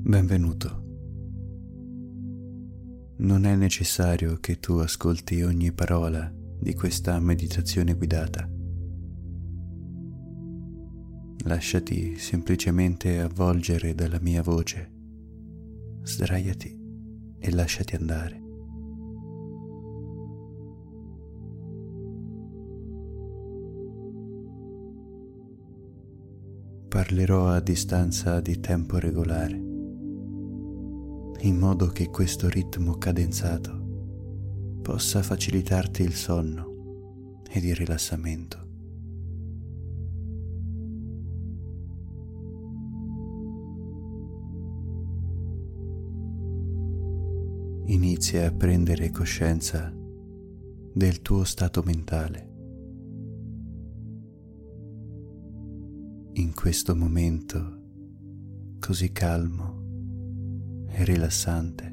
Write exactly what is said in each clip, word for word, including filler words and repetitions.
Benvenuto. Non è necessario che tu ascolti ogni parola di questa meditazione guidata. Lasciati semplicemente avvolgere dalla mia voce. Sdraiati e lasciati andare. Parlerò a distanza di tempo regolare, in modo che questo ritmo cadenzato possa facilitarti il sonno ed il rilassamento. Inizia a prendere coscienza del tuo stato mentale. In questo momento così calmo e rilassante.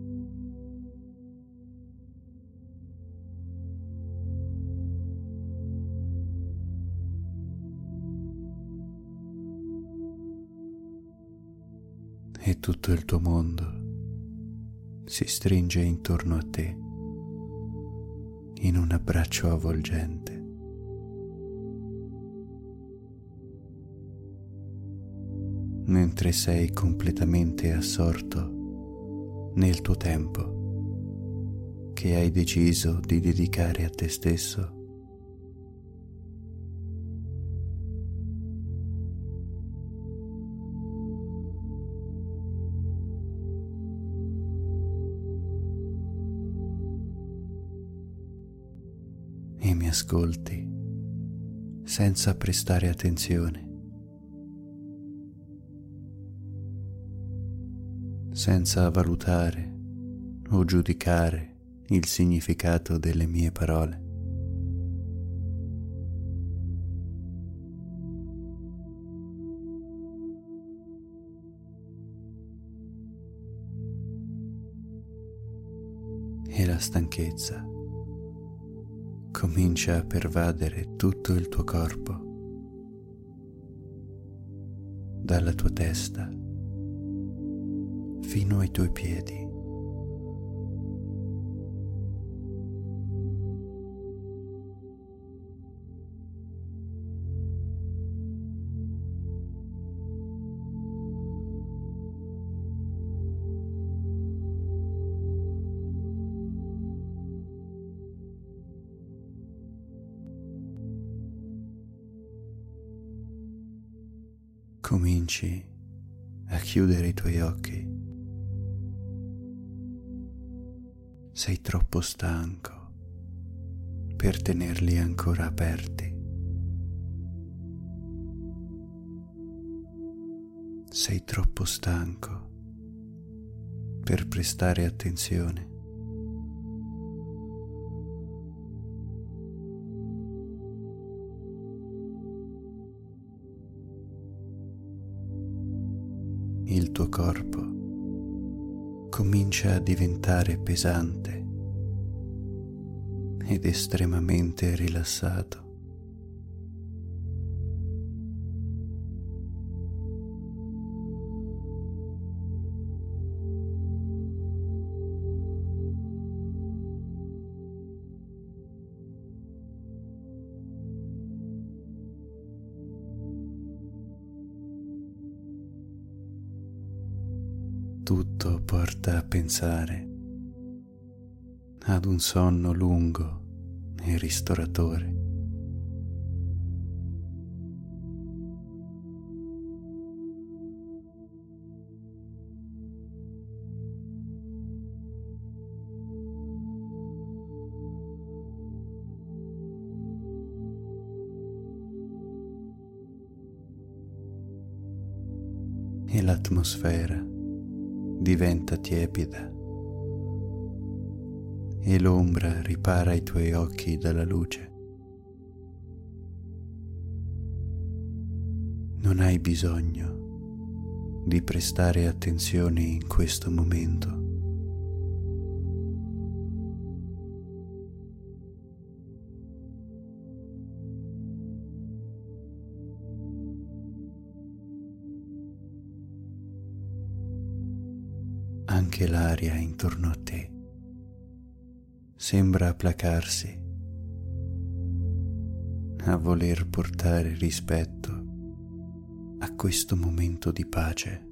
E tutto il tuo mondo si stringe intorno a te in un abbraccio avvolgente. Mentre sei completamente assorto nel tuo tempo che hai deciso di dedicare a te stesso. E mi ascolti senza prestare attenzione, senza valutare o giudicare il significato delle mie parole. E la stanchezza comincia a pervadere tutto il tuo corpo, dalla tua testa fino ai tuoi piedi. Cominci a chiudere i tuoi occhi. Sei troppo stanco per tenerli ancora aperti. Sei troppo stanco per prestare attenzione. Il tuo corpo comincia a diventare pesante ed estremamente rilassato. Tutto porta a pensare ad un sonno lungo e ristoratore. E l'atmosfera diventa tiepida e l'ombra ripara i tuoi occhi dalla luce. Non hai bisogno di prestare attenzione in questo momento. anche l'aria intorno a te sembra placarsi, a voler portare rispetto a questo momento di pace.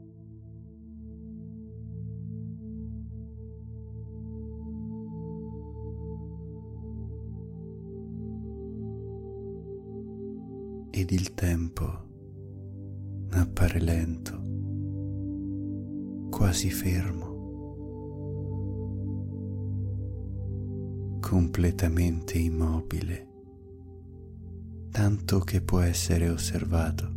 Ed il tempo appare lento, quasi fermo, completamente immobile, tanto che può essere osservato.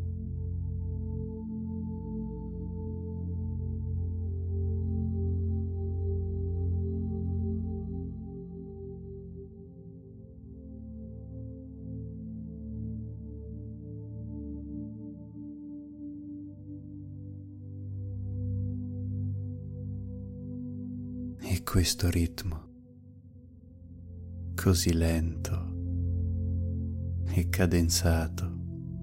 E questo ritmo, così lento e cadenzato,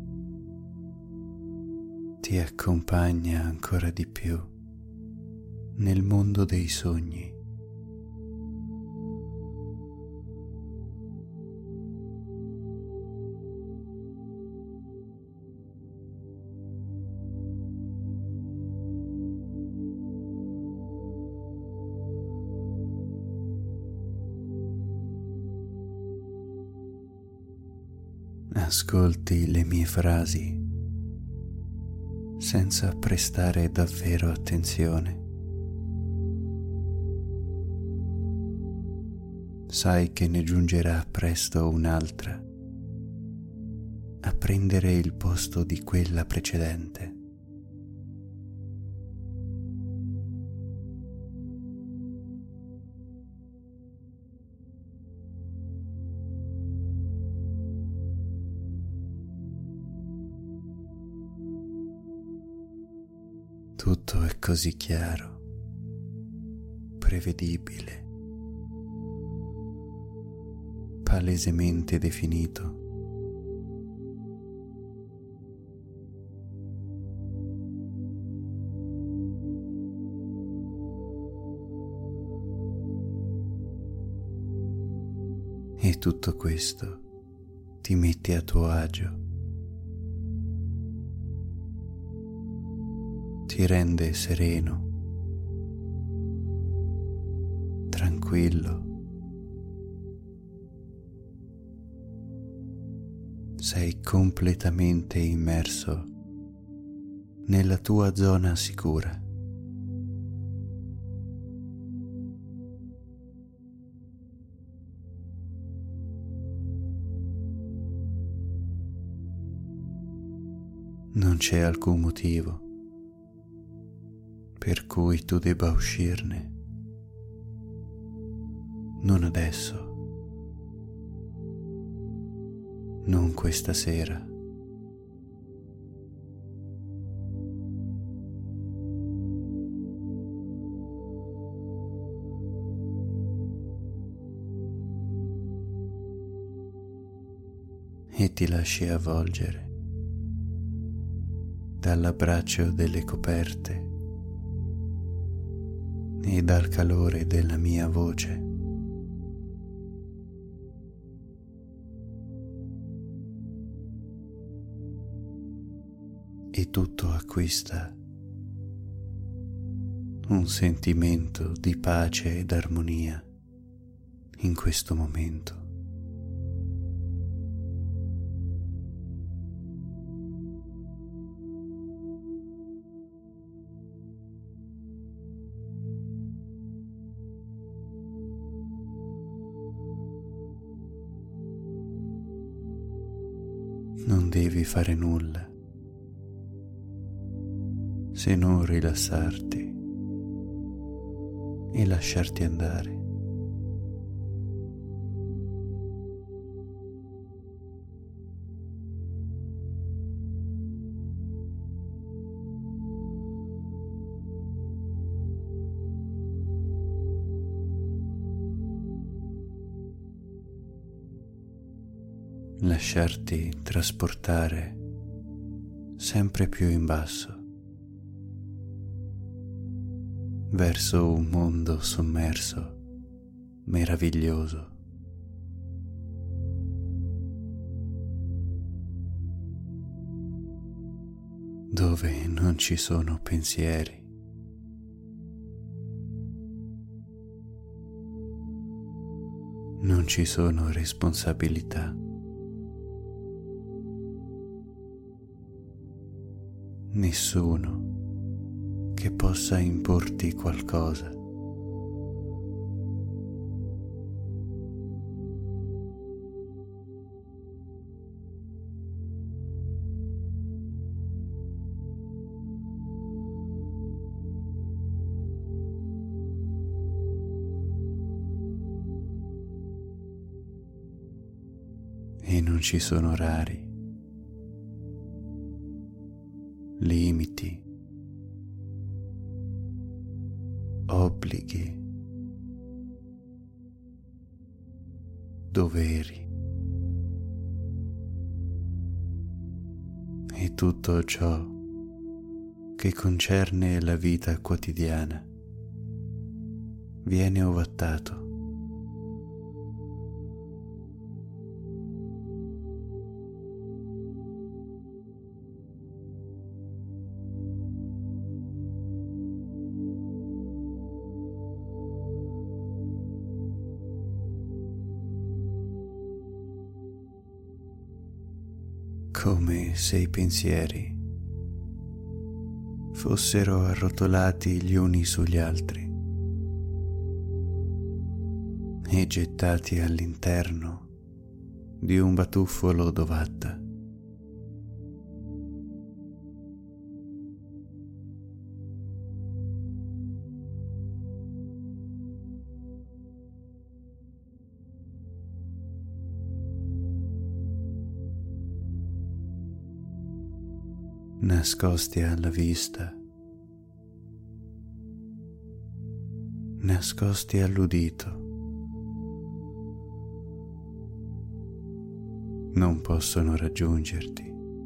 ti accompagna ancora di più nel mondo dei sogni. Ascolti le mie frasi senza prestare davvero attenzione. Sai che ne giungerà presto un'altra a prendere il posto di quella precedente. Tutto è così chiaro, prevedibile, palesemente definito. E tutto questo ti metti a tuo agio, ti rende sereno, tranquillo, sei completamente immerso nella tua zona sicura. Non c'è alcun motivo per cui tu debba uscirne. Non adesso, non questa sera. E ti lasci avvolgere dall'abbraccio delle coperte e dal calore della mia voce. E tutto acquista un sentimento di pace ed armonia in questo momento. Non devi fare nulla se non rilassarti e lasciarti andare. Lasciarti trasportare sempre più in basso verso un mondo sommerso, meraviglioso. Dove non ci sono pensieri. Non ci sono responsabilità. Nessuno che possa importi qualcosa. E non ci sono orari, limiti, obblighi, doveri e tutto ciò che concerne la vita quotidiana viene ovattato. Come se i pensieri fossero arrotolati gli uni sugli altri e gettati all'interno di un batuffolo d'ovatta. Nascosti alla vista, nascosti all'udito. Non possono raggiungerti.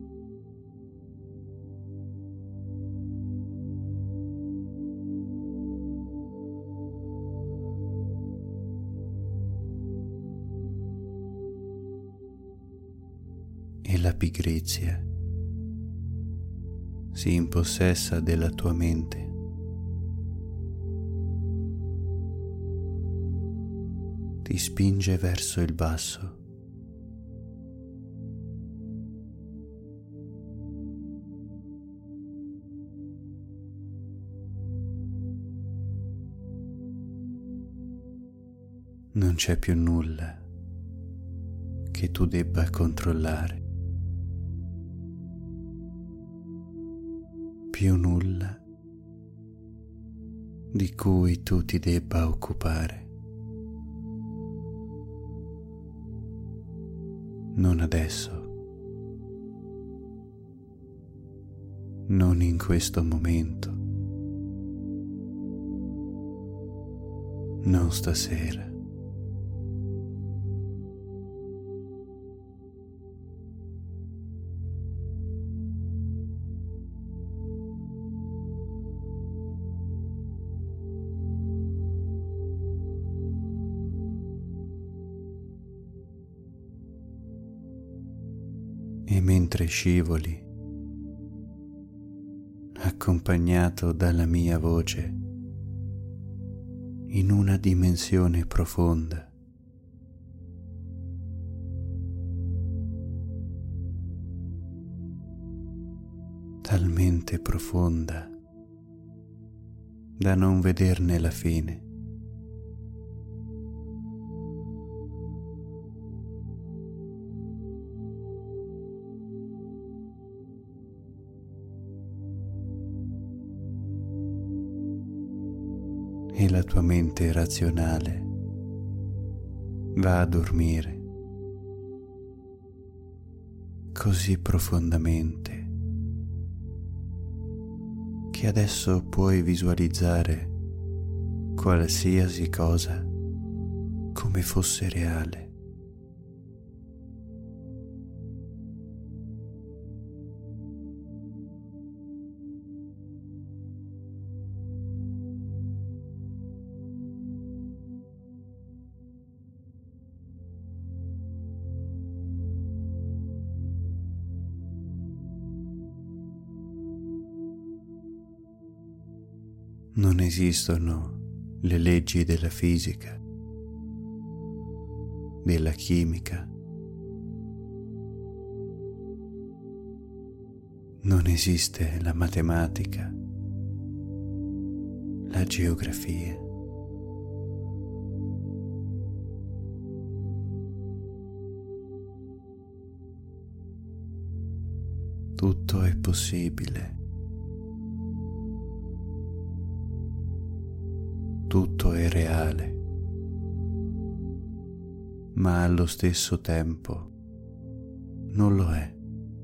E la pigrizia si impossessa della tua mente. Ti spinge verso il basso. Non c'è più nulla che tu debba controllare. Più nulla di cui tu ti debba occupare. Non adesso, non in questo momento, non stasera. E mentre scivoli, accompagnato dalla mia voce, in una dimensione profonda, talmente profonda da non vederne la fine. E la tua mente razionale va a dormire così profondamente che adesso puoi visualizzare qualsiasi cosa come fosse reale. Non esistono le leggi della fisica, della chimica. Non esiste la matematica, la geografia. Tutto è possibile. Tutto è reale, ma allo stesso tempo non lo è.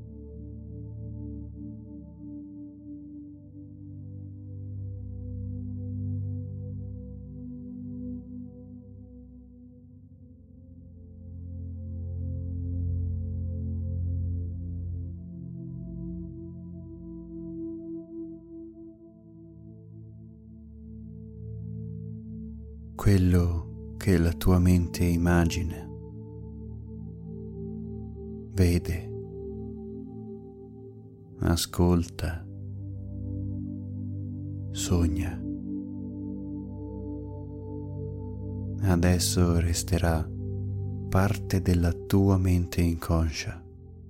Quello che la tua mente immagina, vede, ascolta, sogna, adesso resterà parte della tua mente inconscia.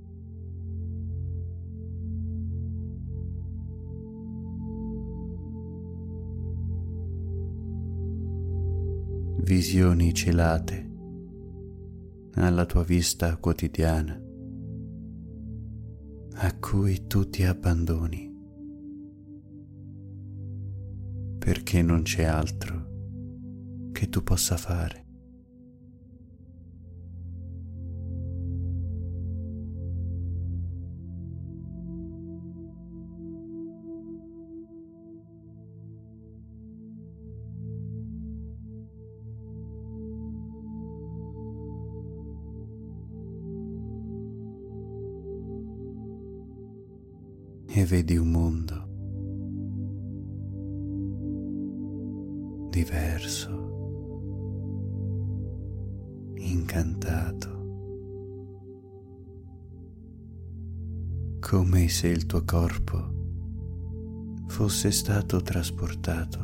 Visioni celate alla tua vista quotidiana, a cui tu ti abbandoni, perché non c'è altro che tu possa fare. E vedi un mondo diverso, incantato, come se il tuo corpo fosse stato trasportato.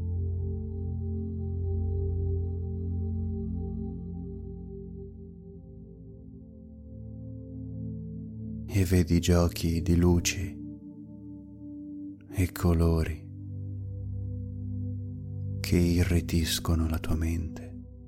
E vedi giochi di luci e colori che irretiscono la tua mente.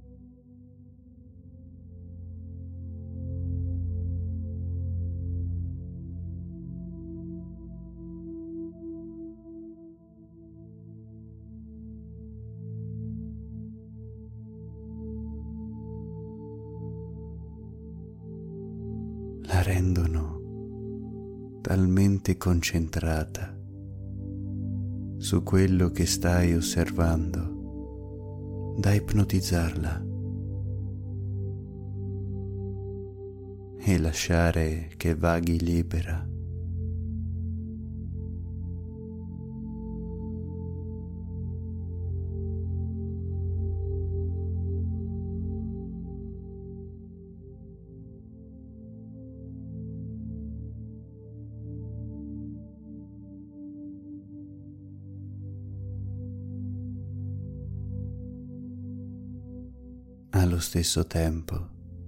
La rendono talmente concentrata su quello che stai osservando da ipnotizzarla e lasciare che vaghi libera. Allo stesso tempo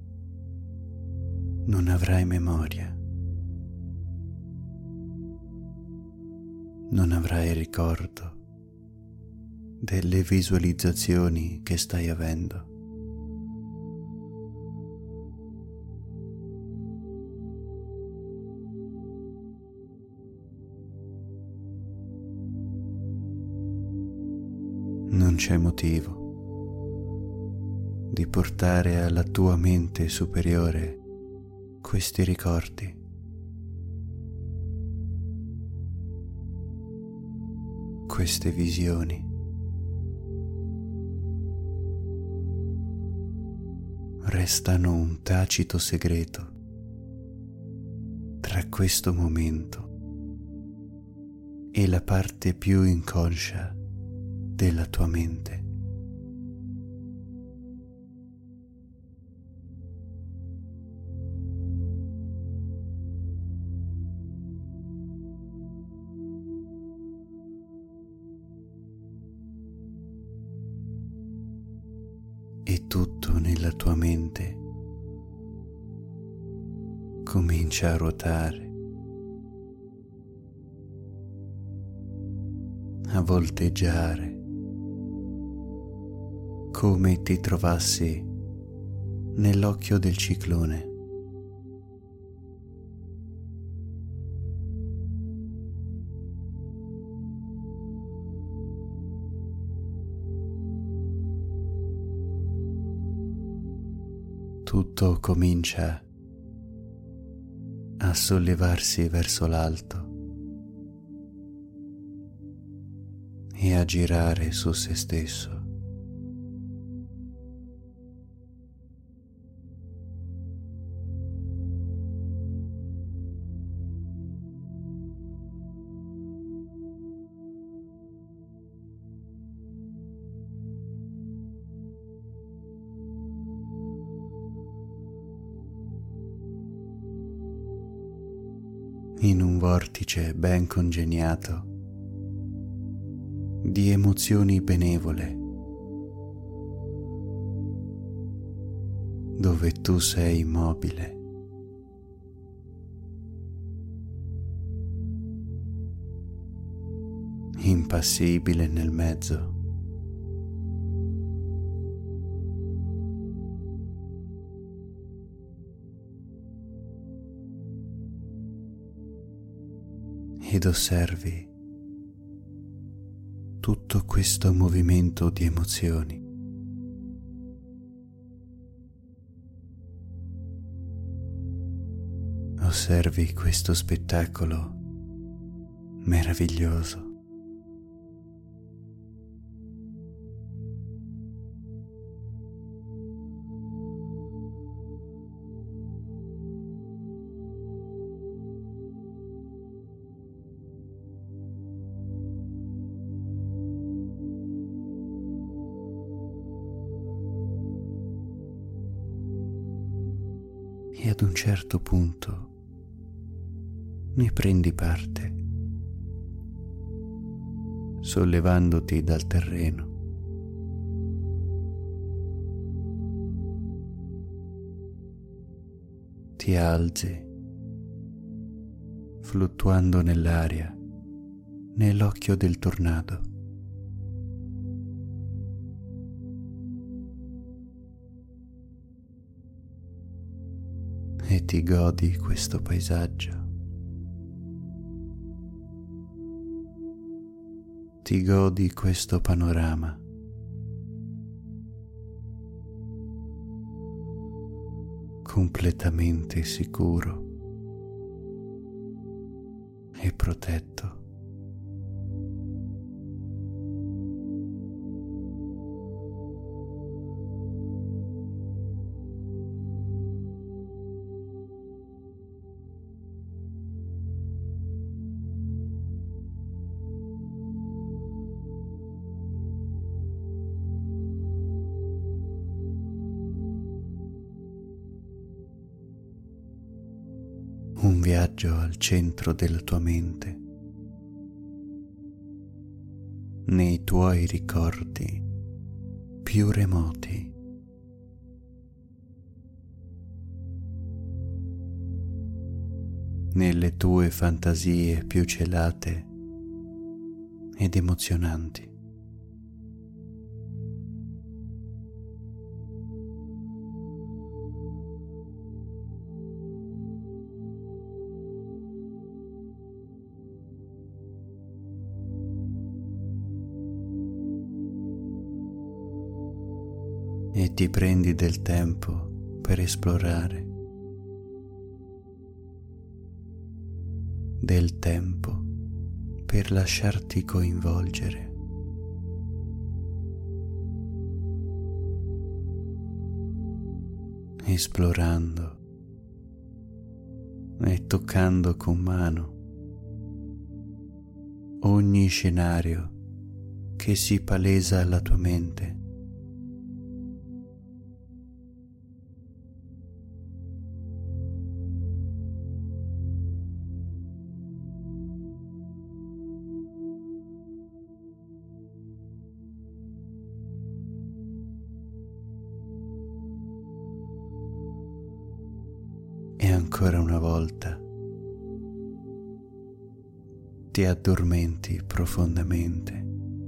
non avrai memoria, non avrai ricordo delle visualizzazioni che stai avendo. Non c'è motivo di portare alla tua mente superiore questi ricordi. Queste visioni. Restano un tacito segreto tra questo momento e la parte più inconscia della tua mente. e tutto nella tua mente comincia a ruotare, a volteggiare, come ti trovassi nell'occhio del ciclone. Tutto comincia a sollevarsi verso l'alto e a girare su se stesso. In un vortice ben congegnato di emozioni benevole, dove tu sei immobile, impassibile nel mezzo. Ed osservi tutto questo movimento di emozioni. Osservi questo spettacolo meraviglioso. E ad un certo punto ne prendi parte, sollevandoti dal terreno. Ti alzi, fluttuando nell'aria, nell'occhio del tornado. E ti godi questo paesaggio. Ti godi questo panorama. Completamente sicuro e protetto. Un viaggio al centro della tua mente, nei tuoi ricordi più remoti. Nelle tue fantasie più celate ed emozionanti. E ti prendi del tempo per esplorare, del tempo per lasciarti coinvolgere. Esplorando e toccando con mano ogni scenario che si palesa alla tua mente. ancora una volta ti addormenti profondamente,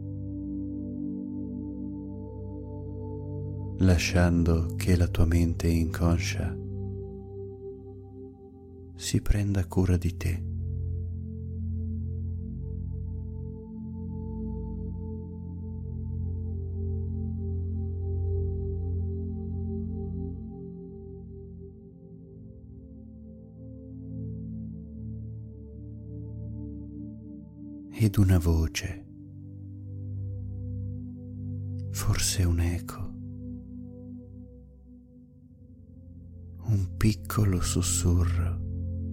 lasciando che la tua mente inconscia si prenda cura di te. Ed una voce, forse un eco, un piccolo sussurro,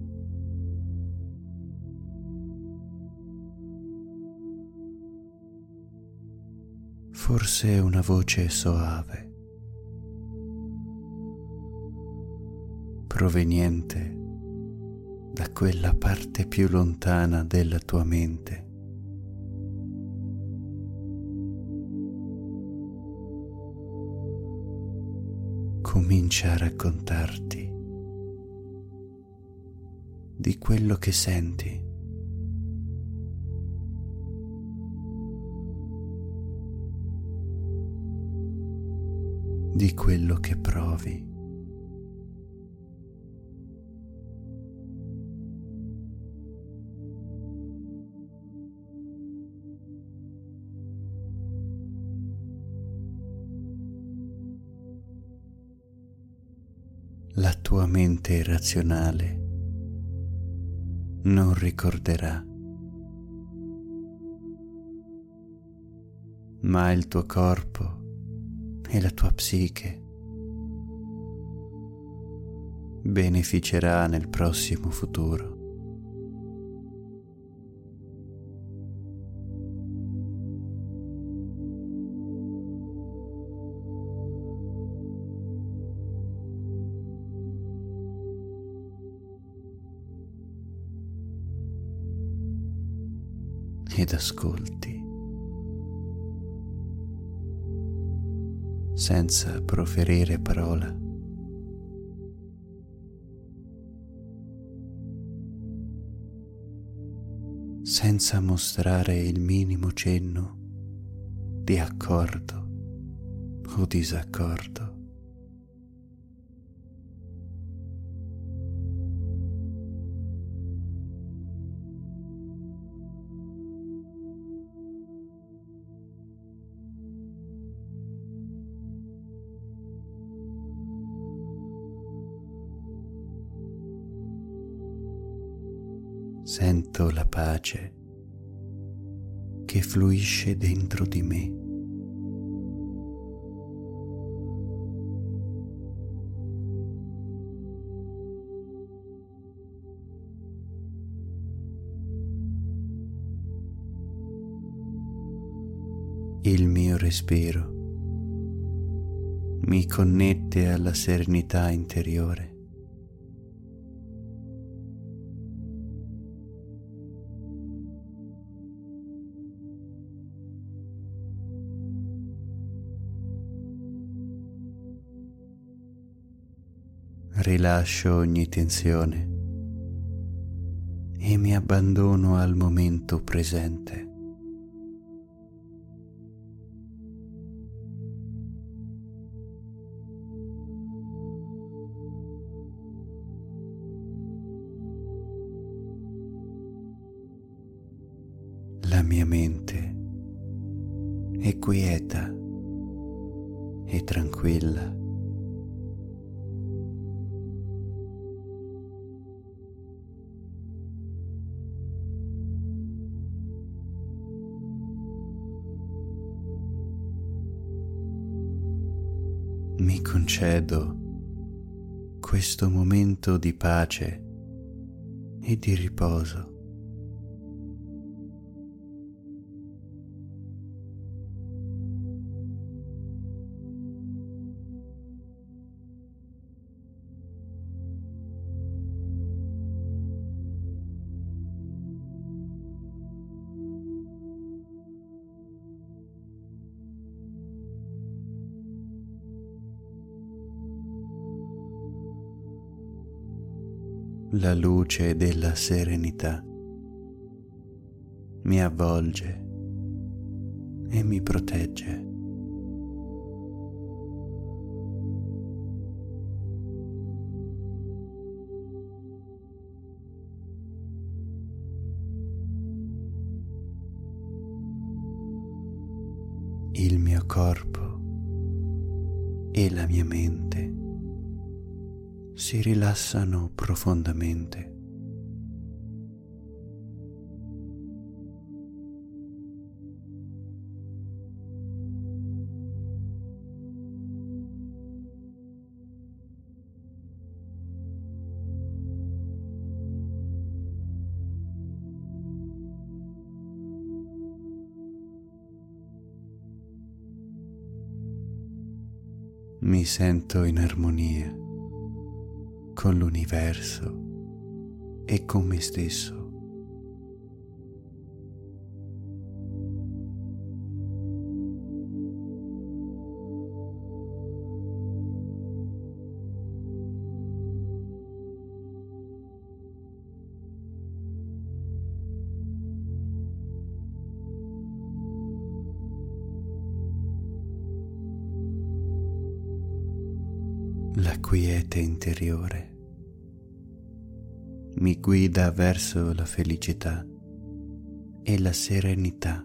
forse una voce soave, proveniente da quella parte più lontana della tua mente. Comincia a raccontarti di quello che senti, di quello che provi. La tua mente irrazionale non ricorderà, ma il tuo corpo e la tua psiche beneficerà nel prossimo futuro. Ed ascolti senza proferire parola. Senza mostrare il minimo cenno di accordo o disaccordo. Sento la pace che fluisce dentro di me. Il mio respiro mi connette alla serenità interiore. Rilascio ogni tensione e mi abbandono al momento presente. La mia mente è quieta e tranquilla. Mi concedo questo momento di pace e di riposo. la luce della serenità mi avvolge e mi protegge. Il mio corpo e la mia mente si rilassano profondamente. Mi sento in armonia con l'universo e con me stesso. La quiete interiore mi guida verso la felicità e la serenità.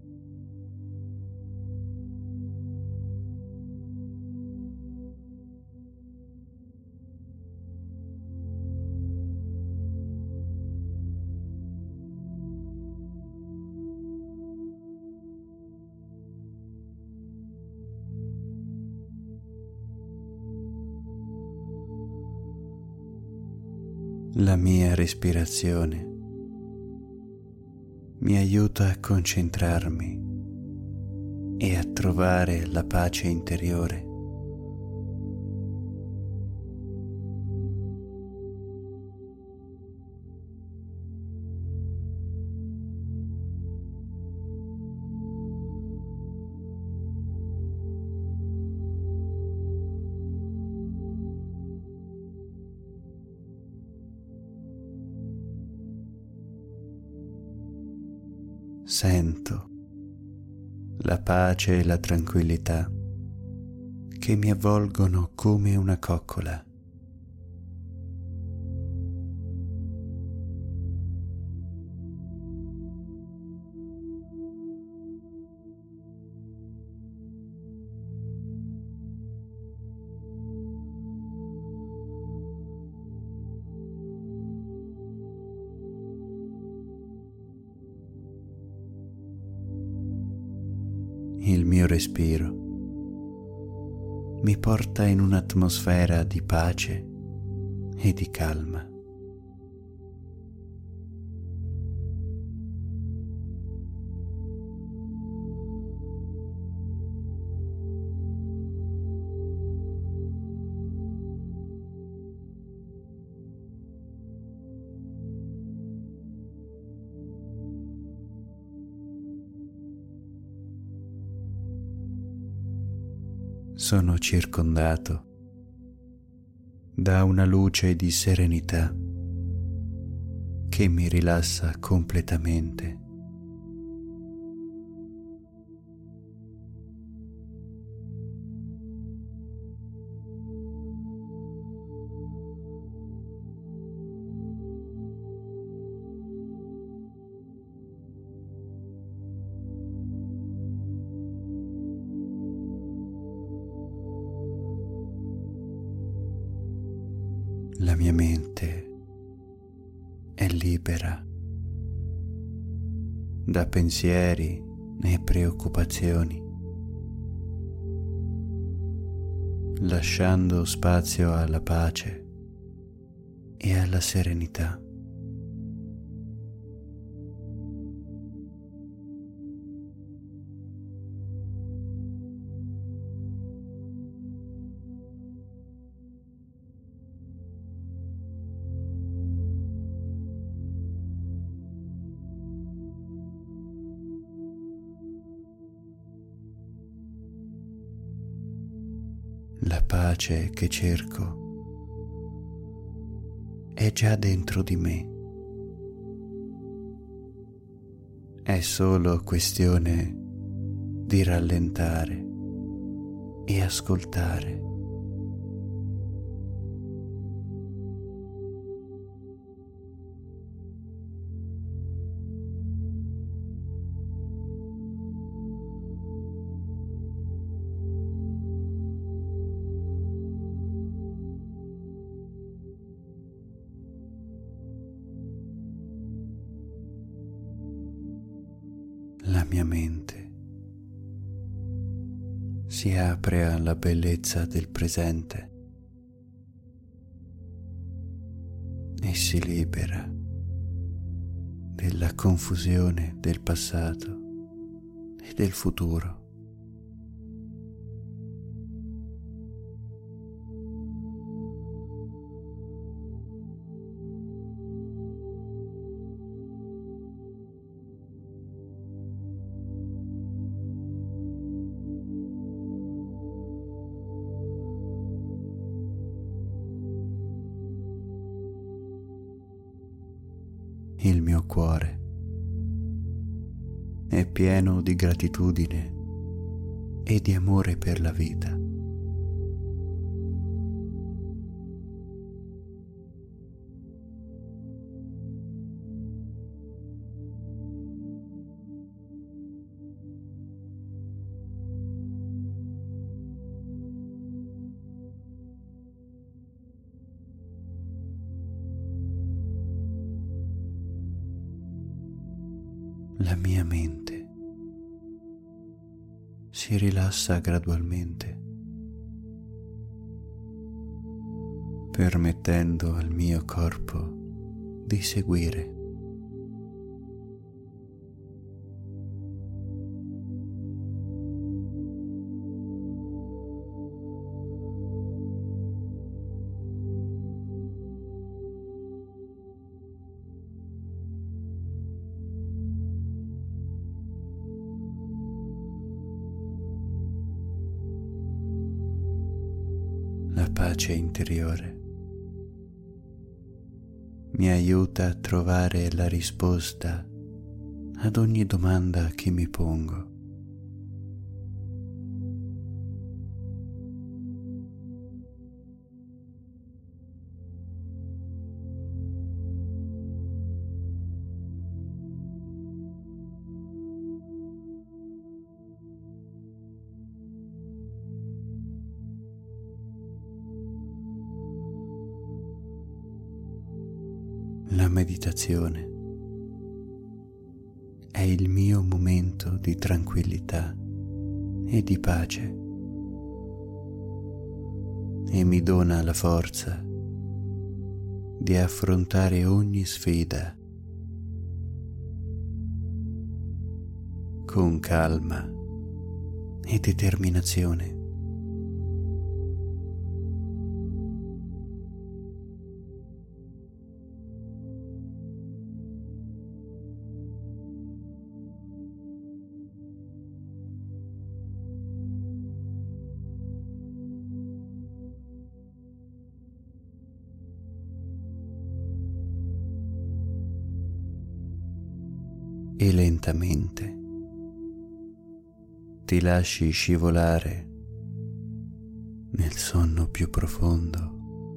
La mia respirazione mi aiuta a concentrarmi e a trovare la pace interiore. Sento la pace e la tranquillità che mi avvolgono come una coccola. Il mio respiro mi porta in un'atmosfera di pace e di calma. Sono circondato da una luce di serenità che mi rilassa completamente. La mia mente è libera da pensieri e preoccupazioni, lasciando spazio alla pace e alla serenità. La pace che cerco è già dentro di me. È solo questione di rallentare e ascoltare. La mia mente si apre alla bellezza del presente e si libera della confusione del passato e del futuro. Il mio cuore è pieno di gratitudine e di amore per la vita. La mia mente si rilassa gradualmente, permettendo al mio corpo di seguire. La pace interiore mi aiuta a trovare la risposta ad ogni domanda che mi pongo. La meditazione è il mio momento di tranquillità e di pace e mi dona la forza di affrontare ogni sfida con calma e determinazione. E lentamente ti lasci scivolare nel sonno più profondo.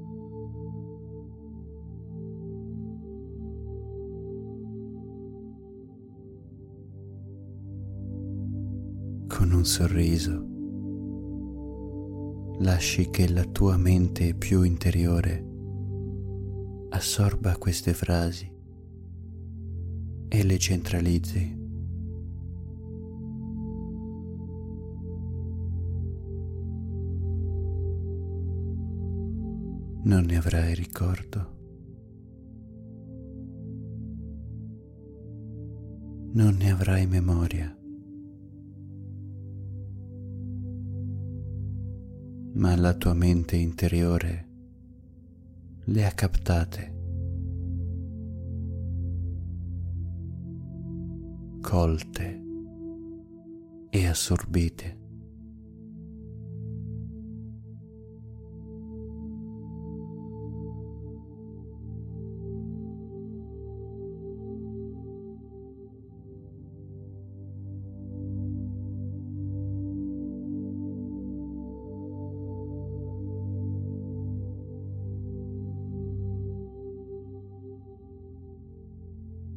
Con un sorriso lasci che la tua mente più interiore assorba queste frasi e le centralizzi. Non ne avrai ricordo. Non ne avrai memoria. Ma la tua mente interiore le ha captate, colte e assorbite.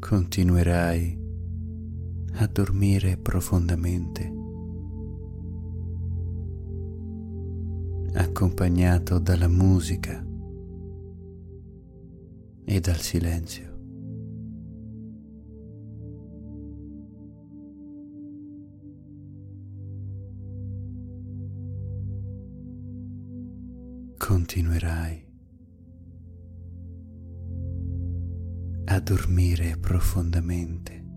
continuerai a dormire profondamente, accompagnato dalla musica e dal silenzio. Continuerai a dormire profondamente,